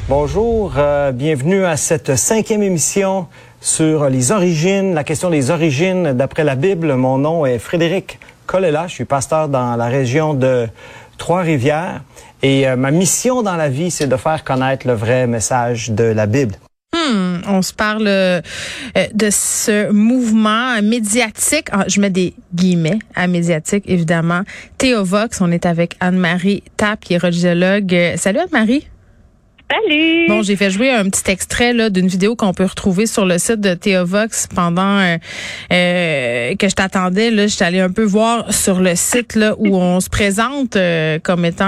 Bonjour, bienvenue à cette 5e émission sur les origines, la question des origines d'après la Bible. Mon nom est Frédéric Colella, je suis pasteur dans la région de Trois-Rivières et ma mission dans la vie, c'est de faire connaître le vrai message de la Bible. On se parle de ce mouvement médiatique, je mets des guillemets à médiatique évidemment, Théovox. On est avec Anne-Marie Tappe qui est religiologue. Salut Anne-Marie. Salut! Bon, j'ai fait jouer un petit extrait là d'une vidéo qu'on peut retrouver sur le site de Théovox pendant que je t'attendais. Là, j'étais allée un peu voir sur le site là où on se présente comme étant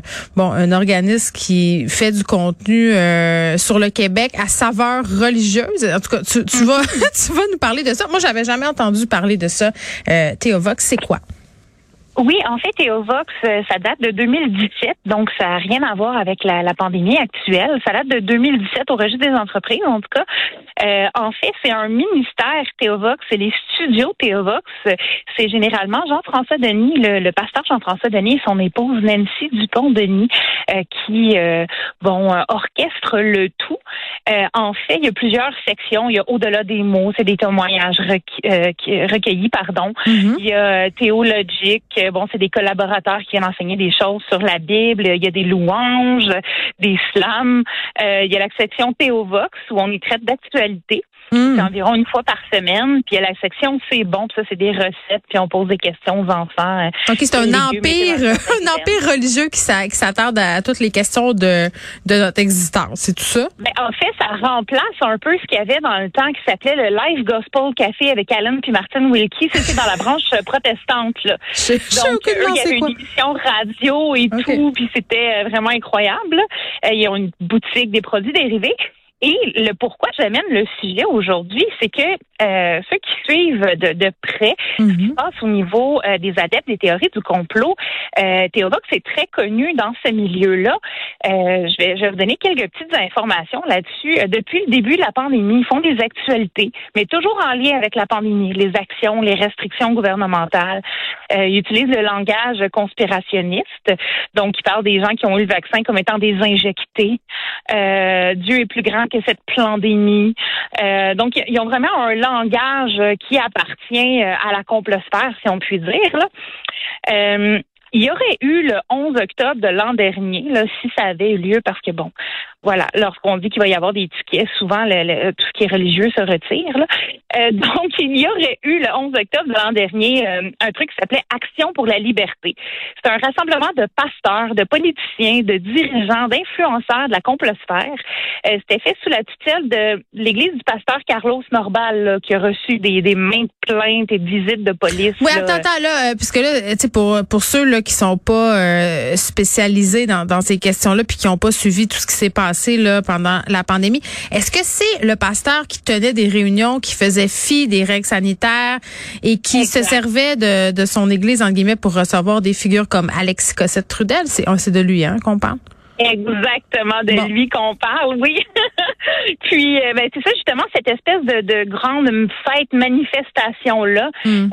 un organisme qui fait du contenu sur le Québec à saveur religieuse. En tout cas, tu vas tu vas nous parler de ça. Moi, j'avais jamais entendu parler de ça. Théovox, c'est quoi? Oui, en fait, Théovox, ça date de 2017, donc ça n'a rien à voir avec la pandémie actuelle. Ça date de 2017 au registre des entreprises, en tout cas. En fait, c'est un ministère Théovox, c'est les studios Théovox. C'est généralement Jean-François Denis, le pasteur Jean-François Denis et son épouse Nancy Dupont-Denis qui orchestrent le tout. En fait, il y a plusieurs sections. Il y a Au-delà des mots, c'est des témoignages recueillis, pardon. Mm-hmm. Il y a Théologique. C'est des collaborateurs qui viennent enseigner des choses sur la Bible. Il y a des louanges, des slams. Il y a la section Théovox où on y traite d'actualité. C'est environ une fois par semaine. Puis il y a la section C'est bon, puis ça, c'est des recettes. Puis on pose des questions aux enfants. OK, c'est un empire religieux qui s'attarde à toutes les questions de notre existence. C'est tout ça? Ben, en fait, ça remplace un peu ce qu'il y avait dans le temps qui s'appelait le Live Gospel Café avec Alan puis Martin Wilkie. C'était dans la branche protestante, là. Donc, il y avait une émission radio et tout, puis c'était vraiment incroyable. Ils ont une boutique des produits dérivés. Et le pourquoi j'amène le sujet aujourd'hui, c'est que ceux qui suivent de près ce qui se passe au niveau des adeptes des théories du complot, Théovox est très connu dans ce milieu-là. Je vais vous donner quelques petites informations là-dessus. Depuis le début de la pandémie, ils font des actualités, mais toujours en lien avec la pandémie, les actions, les restrictions gouvernementales. Ils utilisent le langage conspirationniste, donc ils parlent des gens qui ont eu le vaccin comme étant des injectés. Dieu est plus grand que cette pandémie. Donc, ils ont vraiment un langage qui appartient à la complosphère, si on peut dire, là. Il y aurait eu le 11 octobre de l'an dernier, là, si ça avait eu lieu, parce que lorsqu'on dit qu'il va y avoir des tickets, souvent tout ce qui est religieux se retire, là. Donc, il y aurait eu le 11 octobre de l'an dernier un truc qui s'appelait Action pour la liberté. C'est un rassemblement de pasteurs, de politiciens, de dirigeants, d'influenceurs de la complosphère. C'était fait sous la tutelle de l'église du pasteur Carlos Norbal, là, qui a reçu des maintes plaintes et de visites de police. Oui, attends, puisque là, tu sais, pour ceux là qui sont pas spécialisés dans ces questions-là puis qui n'ont pas suivi tout ce qui s'est passé là pendant la pandémie, est-ce que c'est le pasteur qui tenait des réunions, qui faisait fi des règles sanitaires et qui se servait de son église entre guillemets pour recevoir des figures comme Alexis Cossette-Trudel? C'est de lui qu'on parle. Exactement, de lui qu'on parle, oui. Puis, c'est ça justement, cette espèce de grande fête manifestation-là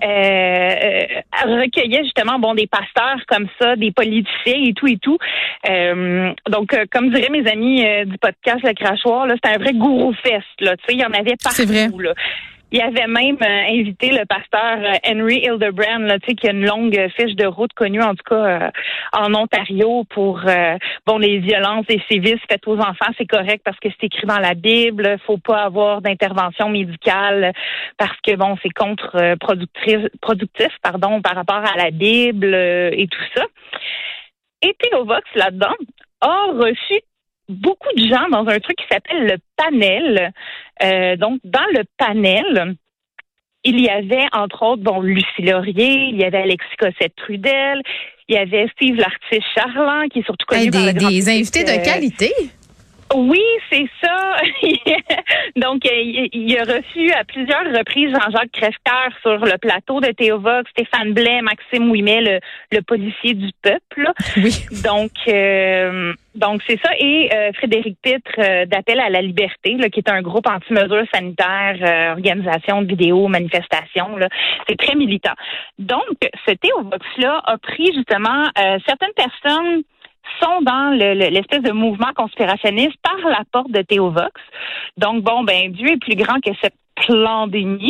recueillait justement des pasteurs comme ça, des politiciens et tout. Donc, comme diraient mes amis du podcast Le Crachoir, là, c'était un vrai gourou fest, là. Tu sais, il y en avait partout. C'est vrai. Là. Il avait même invité le pasteur Henry Hildebrand, là, tu sais, qui a une longue fiche de route connue, en tout cas, en Ontario pour, les violences et sévices faites aux enfants, c'est correct parce que c'est écrit dans la Bible. Faut pas avoir d'intervention médicale parce que, c'est contre-productif, par rapport à la Bible et tout ça. Et Théovox, là-dedans, a reçu beaucoup de gens dans un truc qui s'appelle le panel. Donc, dans le panel, il y avait, entre autres, Lucie Laurier, il y avait Alexis Cossette-Trudel, il y avait Steve Lartiche-Charland, qui est surtout connu par des invités de qualité. Oui, c'est ça. Donc, il a reçu à plusieurs reprises Jean-Jacques Crèvecoeur sur le plateau de Théovox, Stéphane Blais, Maxime Ouimet, le policier du peuple. Oui. Donc c'est ça. Et Frédéric Pitre d'Appel à la liberté, là, qui est un groupe anti-mesures sanitaires, organisation de vidéos, manifestations. Là. C'est très militant. Donc, ce Théovox-là a pris justement certaines personnes sont dans l'espèce de mouvement conspirationniste par la porte de Théovox. Donc, bon, ben, Dieu est plus grand que cette pandémie.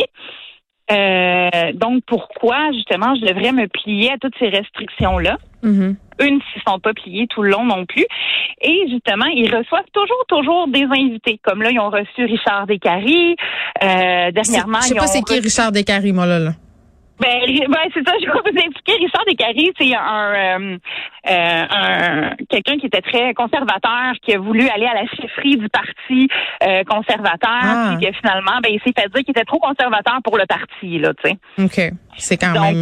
Donc, pourquoi, justement, je devrais me plier à toutes ces restrictions-là? Eux ne s'y sont pas pliés tout le long non plus. Et, justement, ils reçoivent toujours des invités. Comme là, ils ont reçu Richard Descaries. Dernièrement, je sais pas c'est qui Richard Descaries, moi, là. Ben, c'est ça, je vais vous expliquer. Richard Descaries, c'est quelqu'un qui était très conservateur, qui a voulu aller à la chefferie du parti conservateur, puis que finalement, ben, il s'est fait dire qu'il était trop conservateur pour le parti, là, tu sais. OK. C'est quand même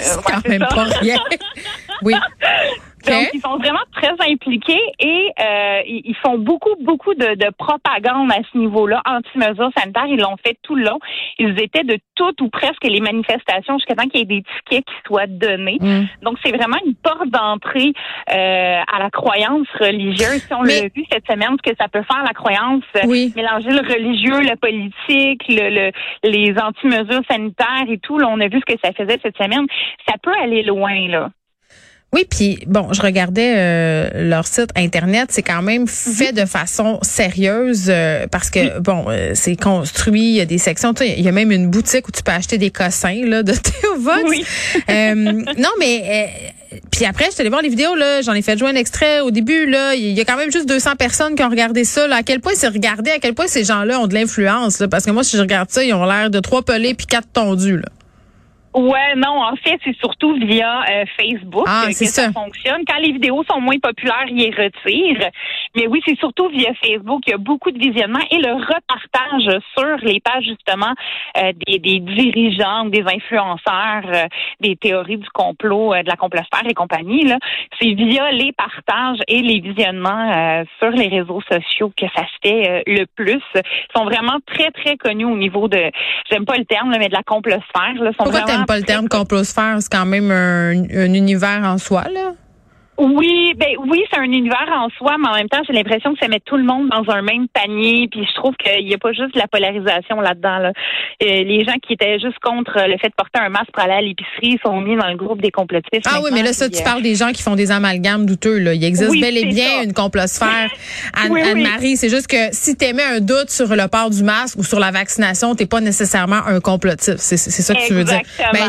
pas rien. Oui. Okay. Donc, ils sont vraiment très impliqués et ils font beaucoup de propagande à ce niveau-là, anti-mesures sanitaires. Ils l'ont fait tout le long. Ils étaient de toutes ou presque les manifestations jusqu'à temps qu'il y ait des tickets qui soient donnés. Donc, c'est vraiment une porte d'entrée à la croyance religieuse. Si on l'a vu cette semaine, ce que ça peut faire, la croyance, mélanger le religieux, le politique, les anti-mesures sanitaires et tout. Là, on a vu ce que ça faisait cette semaine. Ça peut aller loin, là. Oui, puis bon, je regardais leur site internet, c'est quand même fait de façon sérieuse parce que bon, c'est construit, il y a des sections, tu sais, il y a même une boutique où tu peux acheter des cossins là de Théovox. Oui. Non, mais puis après, je suis allée voir les vidéos là, j'en ai fait jouer un extrait au début là, il y a quand même juste 200 personnes qui ont regardé ça là. À quel point c'est regardé, à quel point ces gens-là ont de l'influence là, parce que moi si je regarde ça, ils ont l'air de 3 pelés puis 4 tondus là. Ouais, non, en fait, c'est surtout via Facebook que ça fonctionne. Quand les vidéos sont moins populaires, ils les retirent. Mais oui, c'est surtout via Facebook. Il y a beaucoup de visionnements et le repartage sur les pages, justement, des dirigeants, des influenceurs, des théories du complot, de la complosphère et compagnie, là. C'est via les partages et les visionnements sur les réseaux sociaux que ça se fait le plus. Ils sont vraiment très, très connus au niveau de, j'aime pas le terme, là, mais de la complosphère, là. Pourquoi t'aimes pas le terme complosphère? C'est quand même un univers en soi, là. Oui, c'est un univers en soi, mais en même temps, j'ai l'impression que ça met tout le monde dans un même panier, puis je trouve qu'il n'y a pas juste de la polarisation là-dedans. Là. Les gens qui étaient juste contre le fait de porter un masque pour aller à l'épicerie sont mis dans le groupe des complotistes. Ah oui, mais là, ça, tu parles des gens qui font des amalgames douteux. Là. Il existe bel et bien une complosphère. Anne-Marie, c'est juste que si t'émets un doute sur le port du masque ou sur la vaccination, t'es pas nécessairement un complotiste. C'est ça que tu veux dire. Ben,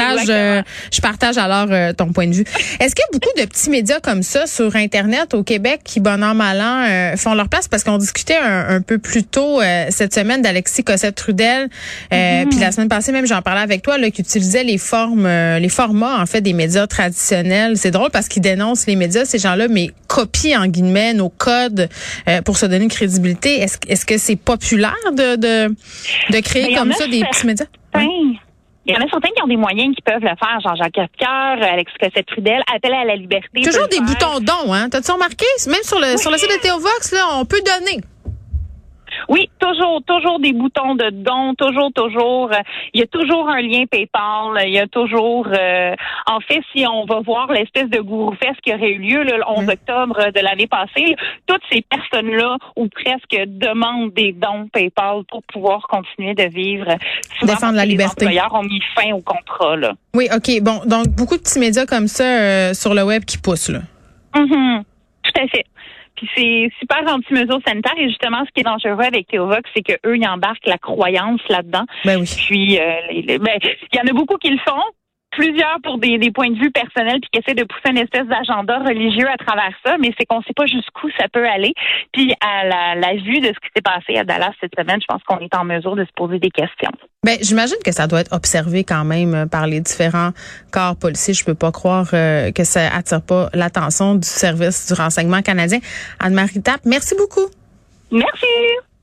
je partage alors ton point de vue. Est-ce qu'il y a beaucoup de petits médias comme ça sur Internet au Québec qui, bon an, mal an, font leur place? Parce qu'on discutait un peu plus tôt cette semaine d'Alexis Cossette-Trudel. Puis la semaine passée, même, j'en parlais avec toi, là, qui utilisait les formats, en fait, des médias traditionnels. C'est drôle parce qu'ils dénoncent les médias, ces gens-là, mais copient, en guillemets, nos codes pour se donner une crédibilité. Est-ce que c'est populaire de créer comme ça des petits médias? Il y en a certains qui ont des moyens qui peuvent le faire, Jean-Jacques Coeur, Alexis Cossette-Trudel, Appel à la liberté. Toujours des boutons dons, hein? T'as-tu remarqué? Même sur le site de Théovox, là, on peut donner. Oui, toujours des boutons de dons, toujours. Il y a toujours un lien PayPal. Il y a toujours. En fait, si on va voir l'espèce de Gourou-Fest qui aurait eu lieu le 11 octobre de l'année passée, toutes ces personnes-là ou presque demandent des dons PayPal pour pouvoir continuer de vivre. Défendre la liberté. Les employeurs ont mis fin au contrat, là. Oui, OK. Bon, donc beaucoup de petits médias comme ça sur le web qui poussent, là. Tout à fait. Puis c'est super anti-mesures sanitaires et justement, ce qui est dangereux avec Théovox, c'est qu'eux, ils embarquent la croyance là-dedans. Ben oui. Puis, il y en a beaucoup qui le font. Plusieurs pour des points de vue personnels puis qui essaient de pousser une espèce d'agenda religieux à travers ça, mais c'est qu'on sait pas jusqu'où ça peut aller. Puis à la vue de ce qui s'est passé à Dallas cette semaine, je pense qu'on est en mesure de se poser des questions. Ben, j'imagine que ça doit être observé quand même par les différents corps policiers. Je peux pas croire que ça attire pas l'attention du service du renseignement canadien. Anne-Marie Tappe, merci beaucoup. Merci.